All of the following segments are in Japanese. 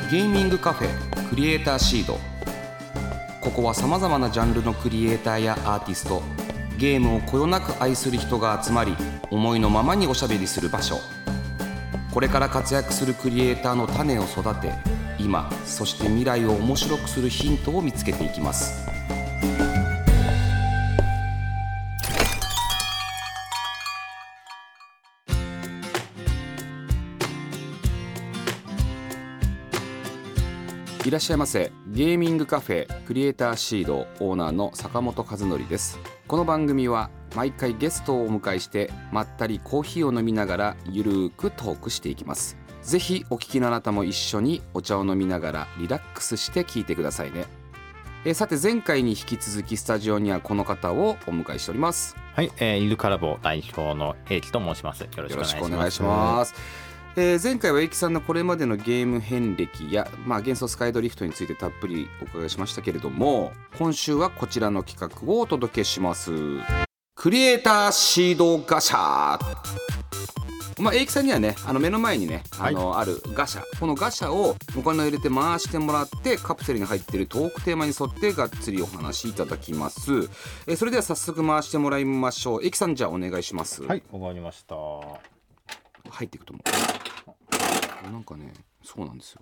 ゲーミングカフェクリエイターシード。ここはさまざまなジャンルのクリエイターやアーティスト、ゲームをこよなく愛する人が集まり、思いのままにおしゃべりする場所。これから活躍するクリエイターの種を育て、今そして未来を面白くするヒントを見つけていきます。いらっしゃいませ。ゲーミングカフェクリエイターシードオーナーの坂本和則です。この番組は毎回ゲストをお迎えしてまったりコーヒーを飲みながらゆるーくトークしていきます。ぜひお聞きのあなたも一緒にお茶を飲みながらリラックスして聞いてくださいね。さて前回に引き続きスタジオにはこの方をお迎えしております。 はい、イルカラボ代表の英樹と申します。よろしくお願いします。 前回は英樹さんのこれまでのゲーム遍歴や、幻想スカイドリフトについてたっぷりお伺いしましたけれども、今週はこちらの企画をお届けします。クリエイターシードガシャ。英樹さんにはね、目の前にね、あるガシャ、このガシャをお金を入れて回してもらって、カプセルに入っているトークテーマに沿ってがっつりお話しいただきます。それでは早速回してもらいましょう。英樹さん、じゃあお願いします。 はい、わかりました。 入っていくと思う。なんかね、そうなんですよ。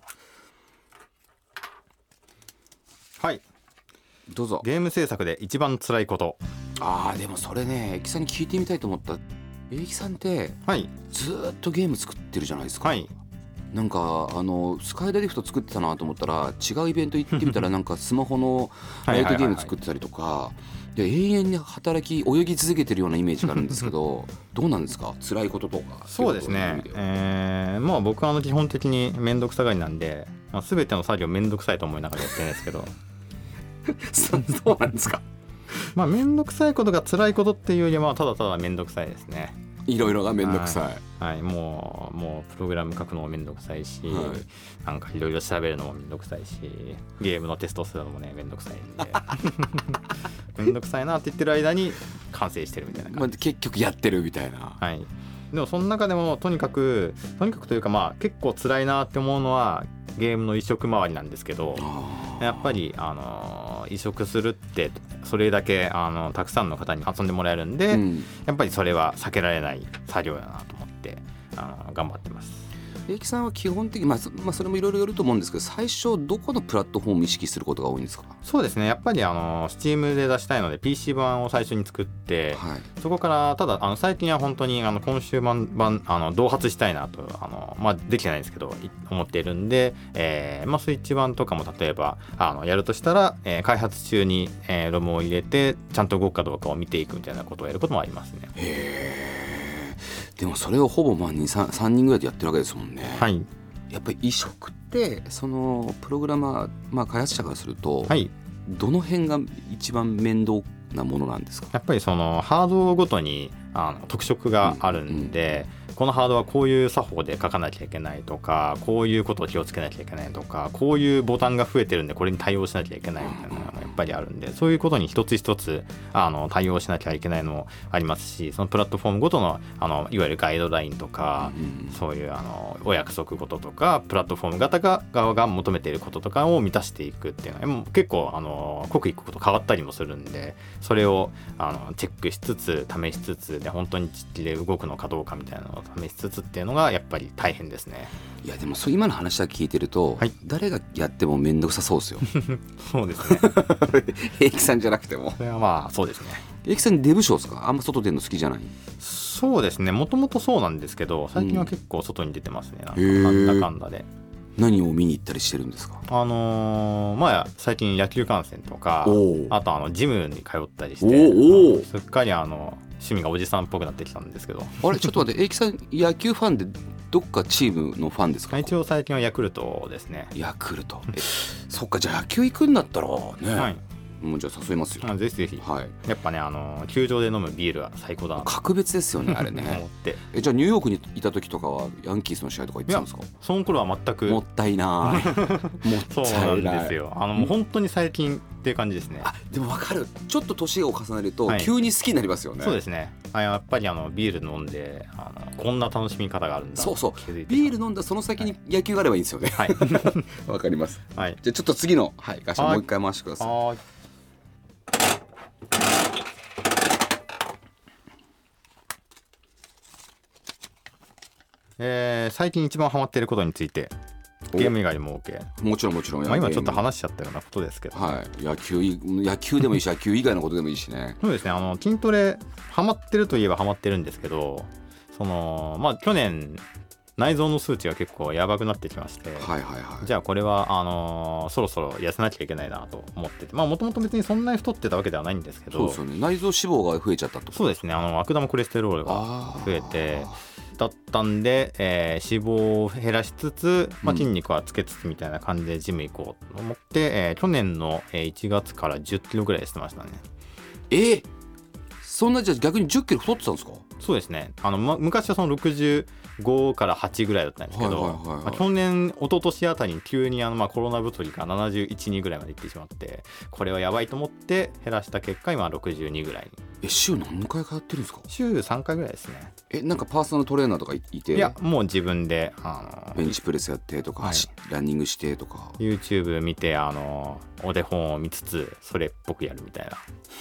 はい、 どうぞ。 ゲーム制作で一番辛いこと。 でもそれね、英樹さんに聞いてみたいと思った。英樹さんって、ずっとゲーム作ってるじゃないですか。なんかスカイダリフト作ってたなと思ったら、違うイベント行ってみたらなんかスマホのライトゲーム作ってたりとかで、永遠に働き泳ぎ続けてるようなイメージがあるんですけどどうなんですか、辛いこととか。 そうですね、僕は基本的に面倒くさがりなんで、全ての作業面倒くさいと思いながらやってるんですけどそうなんですか。 面倒くさいことが辛いことっていうよりはただただ面倒くさいですね。 いろいろが面倒くさい。 もうプログラム書くのも面倒くさいし、なんかいろいろ調べるのも面倒くさいし、ゲームのテストするのもね面倒くさいんで面倒くさいなって言ってる間に完成してるみたいな感じ、 結局やってるみたいな。 でもその中でもとにかくというか、結構辛いなって思うのはゲームの移植周りなんですけど、やっぱり移植するってそれだけたくさんの方に遊んでもらえるんで、やっぱりそれは避けられない作業だなと思って頑張ってます。 英樹さんは基本的に、それもいろいろよると思うんですけど、最初どこのプラットフォームを意識することが多いんですか？ そうですね、やっぱりSteam で出したいので PC 版を最初に作って、そこからただ最近は本当にコンシューマー版同発したいなとできてないんですけど思っているんで、スイッチ版とかも例えばやるとしたら、開発中に、ロムを入れてちゃんと動くかどうかを見ていくみたいなことをやることもありますね。 でもそれをほぼ3人ぐらいでやってるわけですもんね。やっぱり移植ってそのプログラマー、開発者からすると、どの辺が一番面倒なものなんですか？ やっぱりそのハードごとに特色があるんで、このハードはこういう作法で書かなきゃいけないとか、こういうことを気をつけなきゃいけないとか、こういうボタンが増えてるんでこれに対応しなきゃいけないみたいなのがやっぱりあるんで、そういうことに一つ一つ対応しなきゃいけないのもありますし、そのプラットフォームごとのいわゆるガイドラインとか、そういうお約束事とかプラットフォーム側が求めていることとかを満たしていくっていうのは結構刻一刻と変わったりもするんで、それをチェックしつつ試しつつで、本当に実機で動くのかどうかみたいなのを試しつつっていうのがやっぱり大変ですね。 いやでも今の話だけ聞いてると、誰がやっても面倒くさそうですよそうですね英樹さんじゃなくても。 それはそうですね。 英樹さんデブ賞ですか？あんま外出るの好きじゃない？ そうですね、もともとそうなんですけど最近は結構外に出てますね。なんだかんだで。 何を見に行ったりしてるんですか？ 最近野球観戦とか、あとジムに通ったりして、すっかり趣味がおじさんっぽくなってきたんですけどあれちょっと待って、英樹さん野球ファンでどっかチームのファンですか？ 一応最近はヤクルトですね。 ヤクルトそっか、じゃあ野球行くんだったらね、もうじゃあ誘いますよ。 ぜひぜひ、やっぱね球場で飲むビールは最高だな。 格別ですよねあれね思ってじゃあニューヨークにいた時とかはヤンキースの試合とか行ってたんですか？ その頃は全く。 もったいないそうなんですよ。もう本当に最近っていう感じですね。 でも分かる、ちょっと年を重ねると急に好きになりますよね。 そうですね。 やっぱりビール飲んでこんな楽しみ方があるんだ。 そうそう、 気づいてビール飲んだその先に野球があればいいんですよね。 はいわかります。 はいじゃあちょっと次の、はい、ガシャンもう一回回してください。 はーい。最近一番ハマっていることについて、ゲーム以外にも OK。 もちろんもちろん、 今ちょっと話しちゃったようなことですけど、 はい、野球でもいいし野球以外のことでもいいしね。 そうですね、筋トレハマってるといえばハマってるんですけど、去年内臓の数値が結構やばくなってきまして、 はいはいはい。 じゃあこれはそろそろ痩せなきゃいけないなと思ってて、もともと別にそんなに太ってたわけではないんですけど、 そうですよね、内臓脂肪が増えちゃったと。 そうですね、悪玉コレステロールが増えてだったんで、脂肪を減らしつつ、筋肉はつけつつみたいな感じでジム行こうと思って、去年の1月から10キロぐらいしてましたね。 そんな、じゃあ逆に10キロ太ってたんですか？ そうですね、昔はその65から8ぐらいだったんですけど、去年一昨年あたりに急にコロナ太りが71、2ぐらいまでいってしまって、これはやばいと思って減らした結果今62ぐらいに。 週何回通ってるんですか？ 週3回ぐらいですね。 なんかパーソナルトレーナーとかいて？ いや、もう自分でベンチプレスやってとか、はい、ランニングしてとか YouTube 見てお手本を見つつそれっぽくやるみたいな。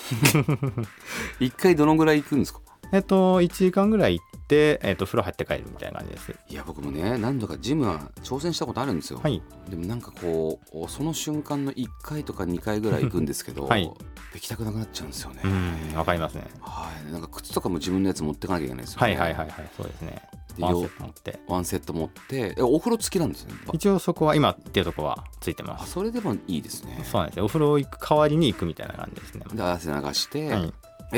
1回どのぐらい行くんですか ？1時間ぐらい行って、風呂入って帰るみたいな感じです。 いや僕もね何度かジムは挑戦したことあるんですよ、 はい、でもなんかこうその瞬間の1回とか2回ぐらい行くんですけど、はい、できたくなくなっちゃうんですよね。 わかりますね。 はい、なんか靴とかも自分のやつ持ってかなきゃいけないですよね。 はいはいはいはい、そうですね。ワンセット持ってお風呂付きなんですね。 一応そこは今っていうとこはついてます。 それでもいいですね。 そうなんですよ、お風呂行く代わりに行くみたいな感じですね。 で汗流して、 はい、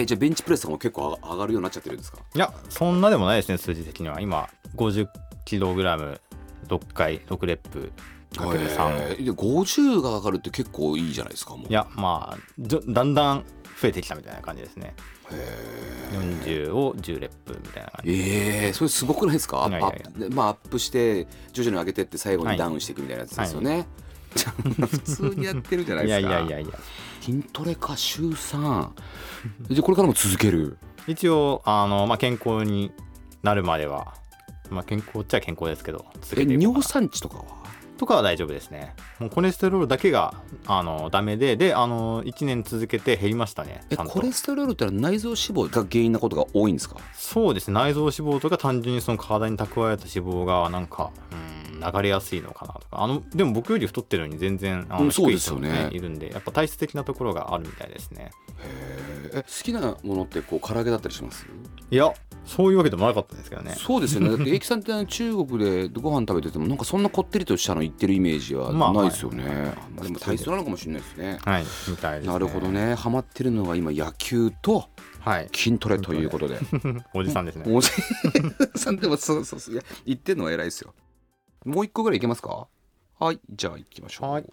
じゃあベンチプレスとかも結構上がるようになっちゃってるんですか？ いやそんなでもないですね。数字的には今 50kg 6回6レップかける3、 50が上がるって結構いいじゃないですか。もういやだんだん増えてきたみたいな感じですね。40を10レップみたいな感じ。 それすごくないですか？ アップして徐々に上げてって最後にダウンしていくみたいなやつですよね、普通にやってるじゃないですか。 いや筋トレか週3でこれからも続ける。 一応健康になるまでは、健康っちゃ健康ですけど続けていこうかな。 尿酸値とかは大丈夫ですね。もうコレステロールだけがダメで1年続けて減りましたね。 コレステロールって内臓脂肪が原因なことが多いんですか？ そうですね、内臓脂肪とか単純にその体に蓄えた脂肪がなんか流れやすいのかなとか。でも僕より太ってるのに全然そうですよね、 いるんで、やっぱ体質的なところがあるみたいですね。 好きなものって唐揚げだったりします？ いやそういうわけでもなかったですけどね。 そうですよね。だって英樹さんって中国でご飯食べててもなんかそんなこってりとしたの言ってるイメージはないですよね。でも体質なのかもしれないですね。 はい、みたいですね。 なるほどね。ハマってるのが今野球と筋トレということで、 おじさんですね。 おじさんでもそういや言ってるのは偉いですよ。もう一個ぐらいいけますか？はい、じゃあ行きましょう。はい、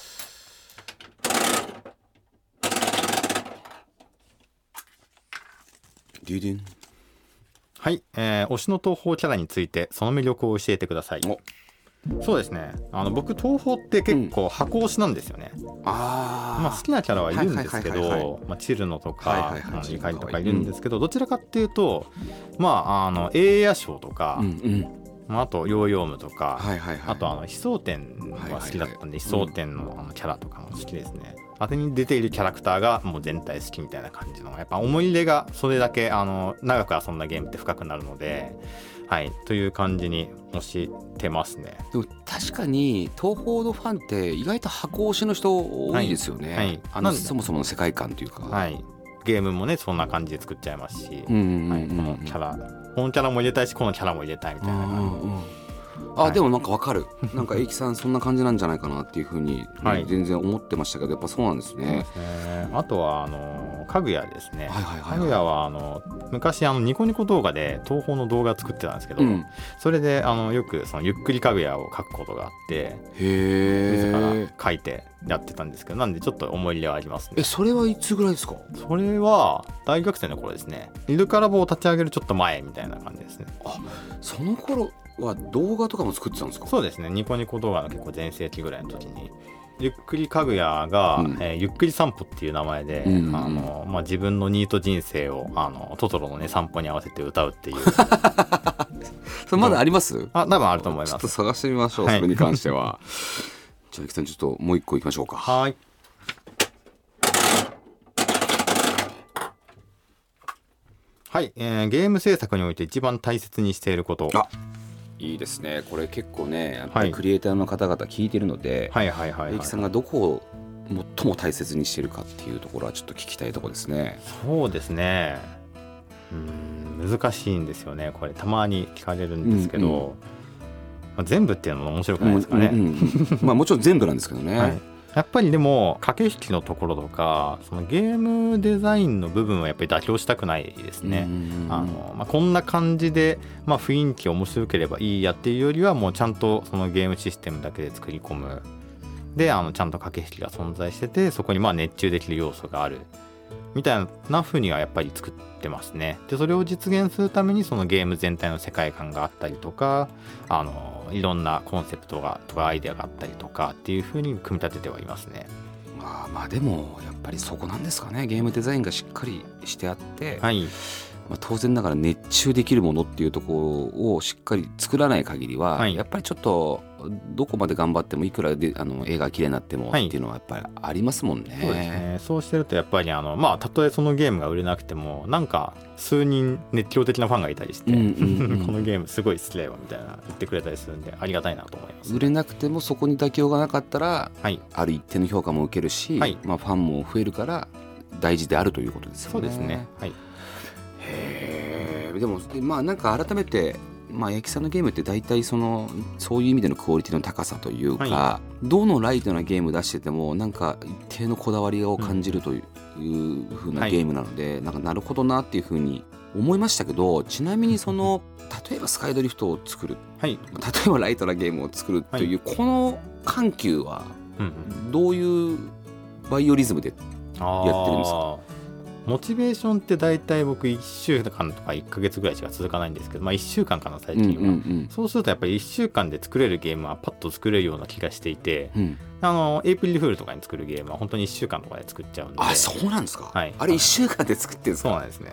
ディディン。 はい、推しの東宝キャラについてその魅力を教えてください。そうですね、僕東宝って結構箱推しなんですよね。好きなキャラはいるんですけど、チルノとかイカリとかいるんですけど、どちらかっていうとエイヤショウとか、あとヨーヨームとか、あと悲壮天は好きだったんで、悲壮天のキャラとかも好きですね。当てに出ているキャラクターがもう全体好きみたいな感じの、やっぱ思い入れがそれだけ長く遊んだゲームって深くなるので、はいという感じに推してますね。 でも確かに東宝のファンって意外と箱推しの人多いですよね。そもそもの世界観というか、ゲームもねそんな感じで作っちゃいますし、このキャラも入れたいしこのキャラも入れたいみたいな感じ。 でもなんかわかる。なんか英樹さんそんな感じなんじゃないかなっていうふうに全然思ってましたけど、やっぱそうなんですね。 あとはかぐやですね。かぐやは昔ニコニコ動画で東宝の動画作ってたんですけど、それでよくそのゆっくりかぐやを描くことがあって、自ら描いてやってたんですけど、なんでちょっと思い入れはありますね。 それはいつぐらいですか？ それは大学生の頃ですね。イルカラボを立ち上げるちょっと前みたいな感じですね。 その頃は動画とかも作ってたんですか？ そうですね、ニコニコ動画の結構全盛期ぐらいの時にゆっくりかぐやが、ゆっくり散歩っていう名前で、自分のニート人生をトトロのね散歩に合わせて歌うっていうそれまだあります？ 多分あると思います。 ちょっと探してみましょう、それに関しては。じゃあゆきさんちょっともう一個いきましょうか。 はい。はい、ゲーム制作において一番大切にしていること。 いいですね。これ結構ねやっぱりクリエイターの方々聞いてるので、ゆきさんがどこを最も大切にしているかっていうところはちょっと聞きたいところですね。 そうですね、難しいんですよね。これたまに聞かれるんですけど、全部っていうのも面白くないですかね。 もちろん全部なんですけどね、 やっぱりでも駆け引きのところとかそのゲームデザインの部分はやっぱり妥協したくないですね。こんな感じで、雰囲気面白ければいいやっていうよりはもうちゃんとそのゲームシステムだけで作り込む。でちゃんと駆け引きが存在しててそこに熱中できる要素があるみたいな風にはやっぱり作ってますね。でそれを実現するためにそのゲーム全体の世界観があったりとかいろんなコンセプトがとかアイデアがあったりとかっていう風に組み立ててはいますね。 でもやっぱりそこなんですかね。ゲームデザインがしっかりしてあって、当然ながら熱中できるものっていうところをしっかり作らない限りは、やっぱりちょっとどこまで頑張ってもいくらで絵が綺麗になってもっていうのはやっぱりありますもんね。 そうですね。そうしてるとやっぱりたとえそのゲームが売れなくてもなんか数人熱狂的なファンがいたりして、このゲームすごい好きだよみたいな言ってくれたりするんでありがたいなと思います。 売れなくてもそこに妥協がなかったら、ある一定の評価も受けるし、ファンも増えるから大事であるということですよね。 そうですね。 でもなんか改めて八木さんのゲームって大体そういう意味でのクオリティの高さというか、どのライトなゲーム出しててもなんか一定のこだわりを感じるという風なゲームなので、なるほどなっていう風に思いましたけど、ちなみに例えばスカイドリフトを作る、例えばライトなゲームを作るという、この緩急はどういうバイオリズムでやってるんですか？ モチベーションって大体僕1週間とか1ヶ月ぐらいしか続かないんですけど、1週間かな最近は、そうするとやっぱり1週間で作れるゲームはパッと作れるような気がしていて、エイプリルフールとかに作るゲームは本当に1週間とかで作っちゃうんで。 そうなんですか。あれ1週間で作ってるんですか？ そうなんですね。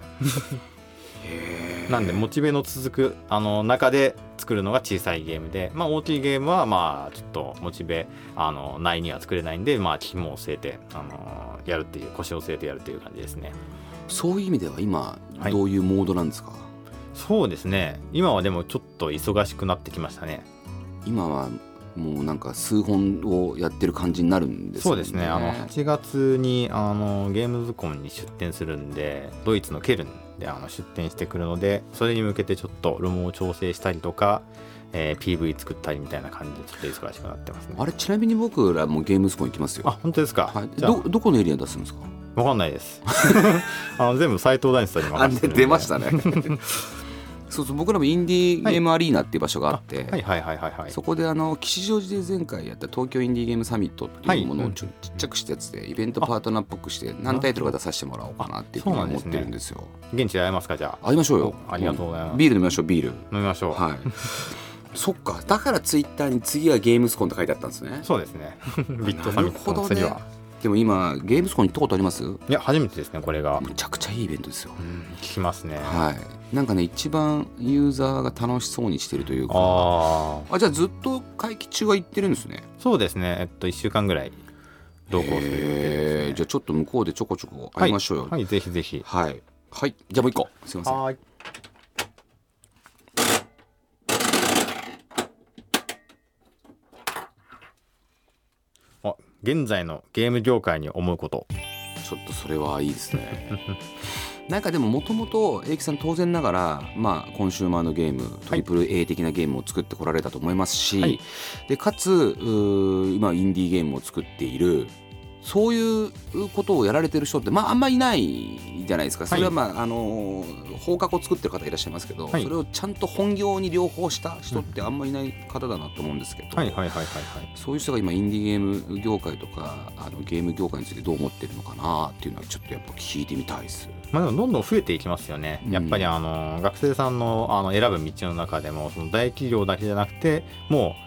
なんでモチベの続く中で作るのが小さいゲームで、大きいゲームはちょっとモチベないには作れないんで、肝を据えてやるっていう腰を据えてやるっていう感じですね。 そういう意味では今どういうモードなんですか？ そうですね。今はでもちょっと忙しくなってきましたね。 今はもうなんか数本をやってる感じになるんですよね。 そうですね。8月にゲームズコンに出展するんで、ドイツのケルンで出展してくるので、それに向けてちょっとロムを調整したりとか、PV 作ったりみたいな感じでちょっと忙しくなってますね。 あれちなみに僕らもゲームズコン行きますよ。 本当ですか？ どこのエリア出すんですか？ わかんないです全部斉藤大地さんに任せてるんで。 出ましたねそう僕らもインディーゲームアリーナっていう場所があって、そこで吉祥寺で前回やった東京インディーゲームサミットっていうものをちっちゃくしたやつでイベントパートナーっぽくして何タイトルか出させてもらおうかなっていうふうに思ってるんですよ。 現地で会えますか？じゃあ会いましょうよ。 ありがとうございます。 ビール飲みましょう。ビール飲みましょう。 そっか。だからツイッターに次はゲームスコンって書いてあったんですね。 そうですねビットサミットの次は。 でも今ゲームスコン行ったことあります？いや初めてですね。これがめちゃくちゃいいイベントですよ。 聞きますね。 なんかね一番ユーザーが楽しそうにしてるというか。じゃあずっと会期中は行ってるんですね。 そうですね。1週間ぐらい同行する予定ですね。 じゃあちょっと向こうでちょこちょこ会いましょうよ。 ぜひぜひ。 じゃあもう一個すいません。 現在のゲーム業界に思うこと。 ちょっとそれはいいですねなんかでももともと英樹さん当然ながら、コンシューマーのゲームトリプル A 的なゲームを作ってこられたと思いますし、でかつ今インディーゲームを作っている、そういうことをやられてる人ってあんまりいないじゃないですか。それは放課後作ってる方いらっしゃいますけど、それをちゃんと本業に両方した人ってあんまりいない方だなと思うんですけど、そういう人が今インディーゲーム業界とかゲーム業界についてどう思ってるのかなっていうのはちょっとやっぱ聞いてみたいです。 でもどんどん増えていきますよね。やっぱり学生さんの選ぶ道の中でもその大企業だけじゃなくてもう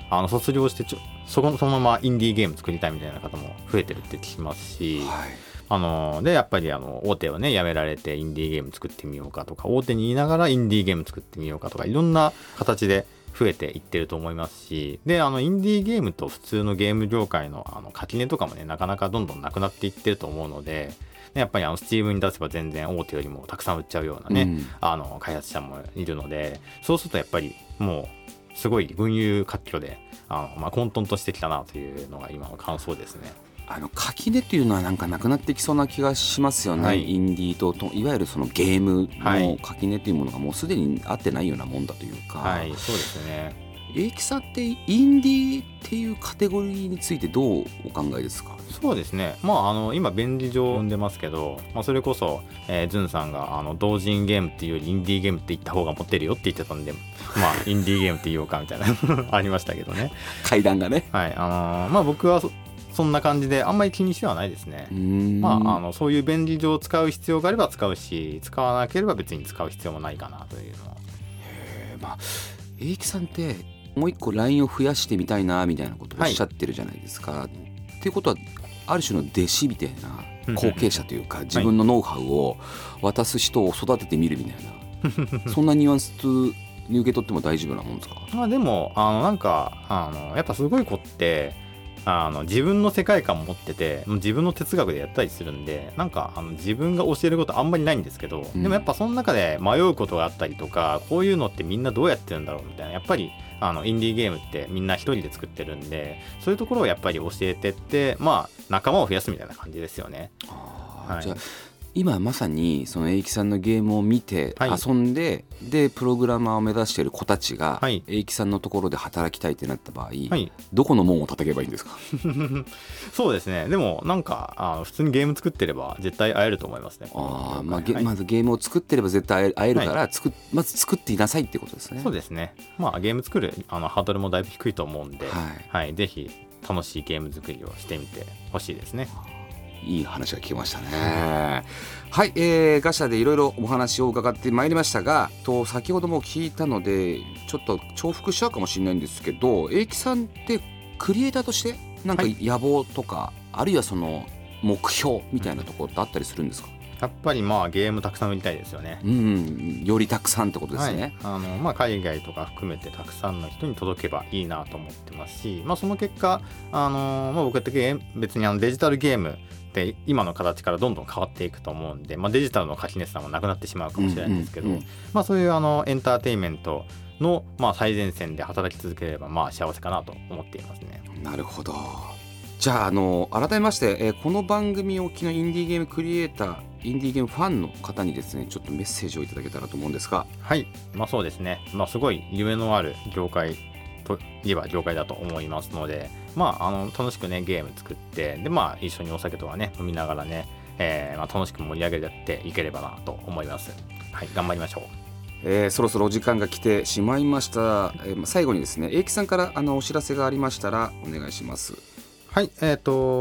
卒業してそのままインディーゲーム作りたいみたいな方も増えてるって聞きますし、でやっぱり大手をね辞められてインディーゲーム作ってみようかとか、大手にいながらインディーゲーム作ってみようかとか、いろんな形で増えていってると思いますし、でインディーゲームと普通のゲーム業界の垣根とかもねなかなかどんどんなくなっていってると思うので、やっぱりスチームに出せば全然大手よりもたくさん売っちゃうようなね、開発者もいるので、そうするとやっぱりもうすごい群雄割拠で混沌としてきたなというのが今の感想ですね。 垣根というのはなんかなくなってきそうな気がしますよね、インディーといわゆるそのゲームの垣根というものがもうすでに合ってないようなもんだというか、 そうですね。 英樹さんってインディーっていうカテゴリーについてどうお考えですか？ そうですね、今便利上呼んでますけど、それこそ、ズンさんが同人ゲームっていうよりインディーゲームって言った方がモテるよって言ってたんで、インディーゲームって言おうかみたいなありましたけどね、 階段がね。 僕はそんな感じであんまり気にしてはないですね。そういう便利上使う必要があれば使うし、使わなければ別に使う必要もないかなというのは。 英樹さんってもう一個 LINE を増やしてみたいなみたいなことをおっしゃってるじゃないですか、っていうことはある種の弟子みたいな後継者というか、自分のノウハウを渡す人を育ててみるみたいなそんなニュアンスに受け取っても大丈夫なもんですか？ でもやっぱすごい子って自分の世界観持ってて自分の哲学でやったりするんで、自分が教えることあんまりないんですけど、でもやっぱその中で迷うことがあったりとか、こういうのってみんなどうやってるんだろうみたいな、やっぱりインディーゲームってみんな一人で作ってるんで、そういうところをやっぱり教えてって、仲間を増やすみたいな感じですよね。 じゃあ今まさにその英樹さんのゲームを見て遊んで、でプログラマーを目指している子たちが英樹さんのところで働きたいってなった場合、どこの門を叩けばいいんですか？ そうですね、でも普通にゲーム作ってれば絶対会えると思いますね。 まずゲームを作ってれば絶対会えるから、まず作っていなさいってことですね。 そうですね、ゲーム作るハードルもだいぶ低いと思うんで、ぜひ楽しいゲーム作りをしてみてほしいですね。 いい話が聞けましたね。はい、ガシャでいろいろお話を伺ってまいりましたが、先ほども聞いたのでちょっと重複しちゃうかもしれないんですけど、英樹さんってクリエイターとしてなんか野望とか、あるいはその目標みたいなところってあったりするんですか？ やっぱりゲームたくさん売りたいですよね。 よりたくさんってことですね。 海外とか含めてたくさんの人に届けばいいなと思ってますし、その結果僕って別にデジタルゲームって今の形からどんどん変わっていくと思うんで、デジタルの垣根さもなくなってしまうかもしれないんですけど、そういうエンターテインメントの最前線で働き続ければ幸せかなと思っていますね。 なるほど。じゃあ改めまして、この番組をお聞きのインディーゲームクリエイター、インディーゲームファンの方にですね、ちょっとメッセージをいただけたらと思うんですが。 そうですね、すごい夢のある業界といえば業界だと思いますので、楽しくねゲーム作って、で一緒にお酒とかね飲みながらね、楽しく盛り上げていければなと思います。頑張りましょう。 そろそろお時間が来てしまいました。最後にですね、英樹さんからお知らせがありましたらお願いします。 今年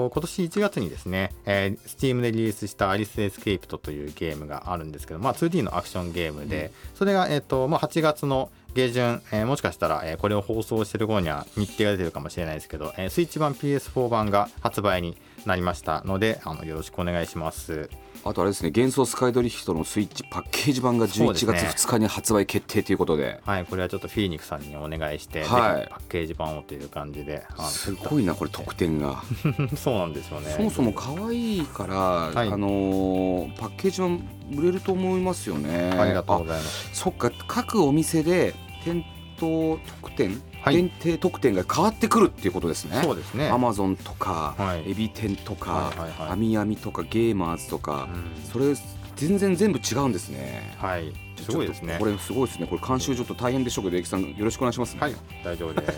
1月にですね、Steam でリリースしたアリスエスケープトというゲームがあるんですけど、2D のアクションゲームで、それが、8月の下旬、もしかしたら、これを放送している頃には日程が出てるかもしれないですけど、スイッチ版 PS4 版が発売になりましたので、よろしくお願いします。 あとあれですね、幻想スカイドリフトのスイッチパッケージ版が11月2日に発売決定ということで、 これはちょっとフィーニックさんにお願いして、ぜひパッケージ版をという感じで。 すごいなこれ特典がそうなんですよね。 そもそも可愛いから、パッケージ版売れると思いますよね。 ありがとうございます。 そっか、各お店で店頭特典、限定特典が変わってくるっていうことですね。 そうですね。 アマゾンとか、エビ天とか、アミヤミとかゲーマーズとか、それ全部違うんですね。 すごいですね。 これすごいですね。これ監修ちょっと大変でしょうけど、英樹さんよろしくお願いしますね。 大丈夫です。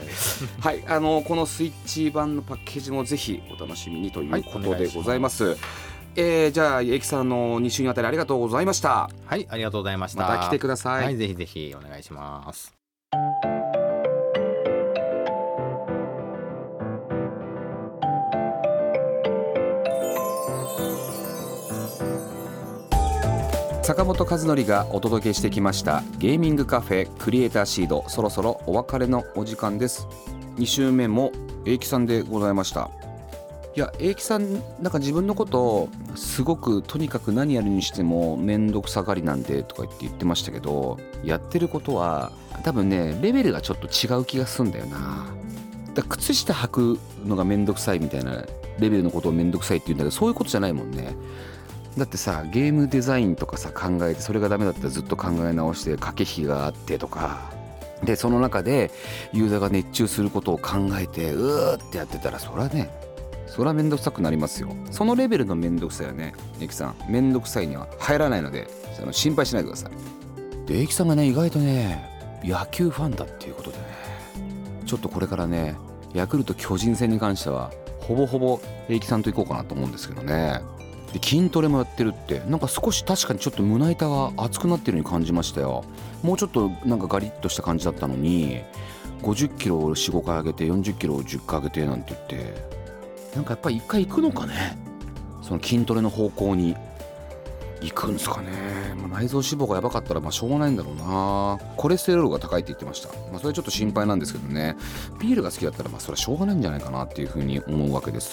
このスイッチ版のパッケージもぜひお楽しみにということでございます。じゃあ英樹さんの2週にわたりありがとうございました。 ありがとうございました。 また来てください。 ぜひぜひお願いします。 坂本和則がお届けしてきましたゲーミングカフェクリエイターシード、そろそろお別れのお時間です。 2週目も英樹さんでございました。いや、英樹さんなんか自分のことすごくとにかく何やるにしても面倒くさがりなんでとか言ってましたけど、やってることは多分ねレベルがちょっと違う気がするんだよな。だから靴下履くのが面倒くさいみたいなレベルのことを面倒くさいって言うんだけど、そういうことじゃないもんね。だってさ、ゲームデザインとかさ考えて、それがダメだったらずっと考え直して駆け引きがあってとかで、その中でユーザーが熱中することを考えてってやってたら、そりゃめんどくさくなりますよ。そのレベルのめんどくさいはね、エキさんめんどくさいには入らないので心配しないでください。で、エキさんがね意外とね野球ファンだっていうことでね、ちょっとこれからねヤクルト巨人戦に関してはほぼほぼエキさんと行こうかなと思うんですけどね。で、筋トレもやってるって、なんか少し確かにちょっと胸板が熱くなってるように感じましたよ。もうちょっとなんかガリッとした感じだったのに、50キロを 4,5 回上げて40キロを10回上げてなんて言って、なんかやっぱり一回行くのかね、その筋トレの方向に行くんですかね。内臓脂肪がやばかったらしょうがないんだろうな。コレステロールが高いって言ってました。それちょっと心配なんですけどね。ビールが好きだったらそれはしょうがないんじゃないかなっていうふうに思うわけです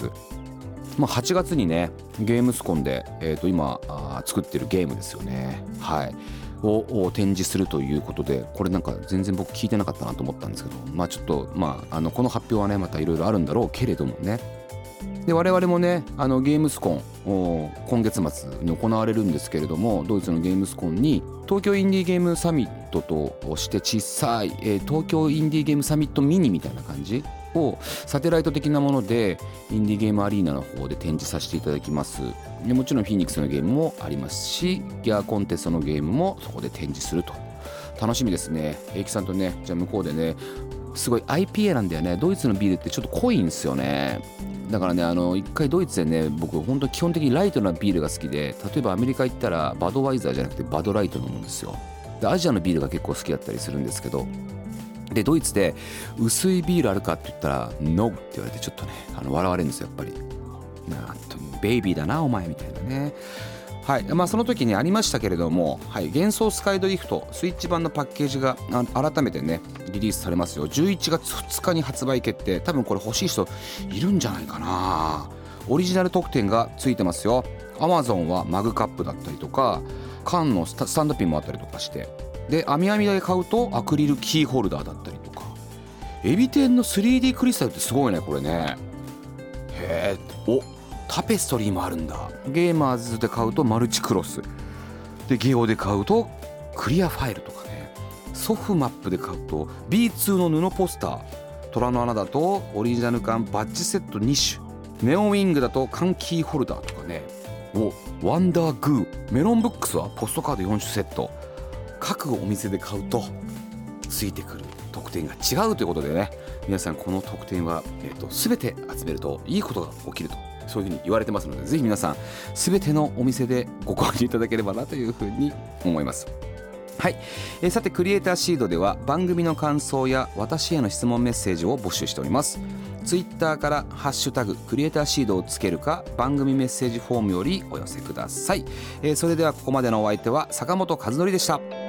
。8月にねゲームスコンで、今作ってるゲームですよね、はい、を展示するということで、これなんか全然僕聞いてなかったなと思ったんですけど、ちょっとこの発表はねまたいろいろあるんだろうけれどもね。で、我々もねゲームスコン今月末に行われるんですけれども、ドイツのゲームスコンに東京インディーゲームサミットとして小さい、東京インディーゲームサミットミニみたいな感じをサテライト的なものでインディーゲームアリーナの方で展示させていただきます。で、もちろんフィニックスのゲームもありますし、ギアコンテストのゲームもそこで展示すると。楽しみですね。エイキさんとね、じゃあ向こうでね、すごい IPA なんだよね。ドイツのビールってちょっと濃いんですよね。だからね、一回ドイツでね、僕本当基本的にライトなビールが好きで、例えばアメリカ行ったらバドワイザーじゃなくてバドライト飲むんですよ。で、アジアのビールが結構好きだったりするんですけど、で、ドイツで薄いビールあるかって言ったら NO って言われて、ちょっとね笑われるんですよ、やっぱり。なんとベイビーだなお前みたいなね。はい、その時にありましたけれども、はい、幻想スカイドリフトスイッチ版のパッケージが改めてねリリースされますよ。11月2日に発売決定。多分これ欲しい人いるんじゃないかな。オリジナル特典がついてますよ。 Amazon はマグカップだったりとか、缶のスタンドピンもあったりとかして、で、網で買うとアクリルキーホルダーだったりとか、エビ天の 3D クリスタルってすごいねこれね。へえ、タペストリーもあるんだ。ゲーマーズで買うとマルチクロスで、ゲオで買うとクリアファイルとかね、ソフマップで買うと B2 の布ポスター、虎の穴だとオリジナル缶バッジセット2種、ネオンウィングだと缶キーホルダーとかね、ワンダーグー、メロンブックスはポストカード4種セット。各お店で買うとついてくる特典が違うということでね、皆さんこの特典は、全て集めるといいことが起きると、そういうふうに言われてますので、ぜひ皆さん全てのお店でご購入いただければなというふうに思います。はい、さてクリエイターシードでは番組の感想や私への質問メッセージを募集しております。ツイッターからハッシュタグクリエイターシードをつけるか、番組メッセージフォームよりお寄せください。それではここまでのお相手は坂本和則でした。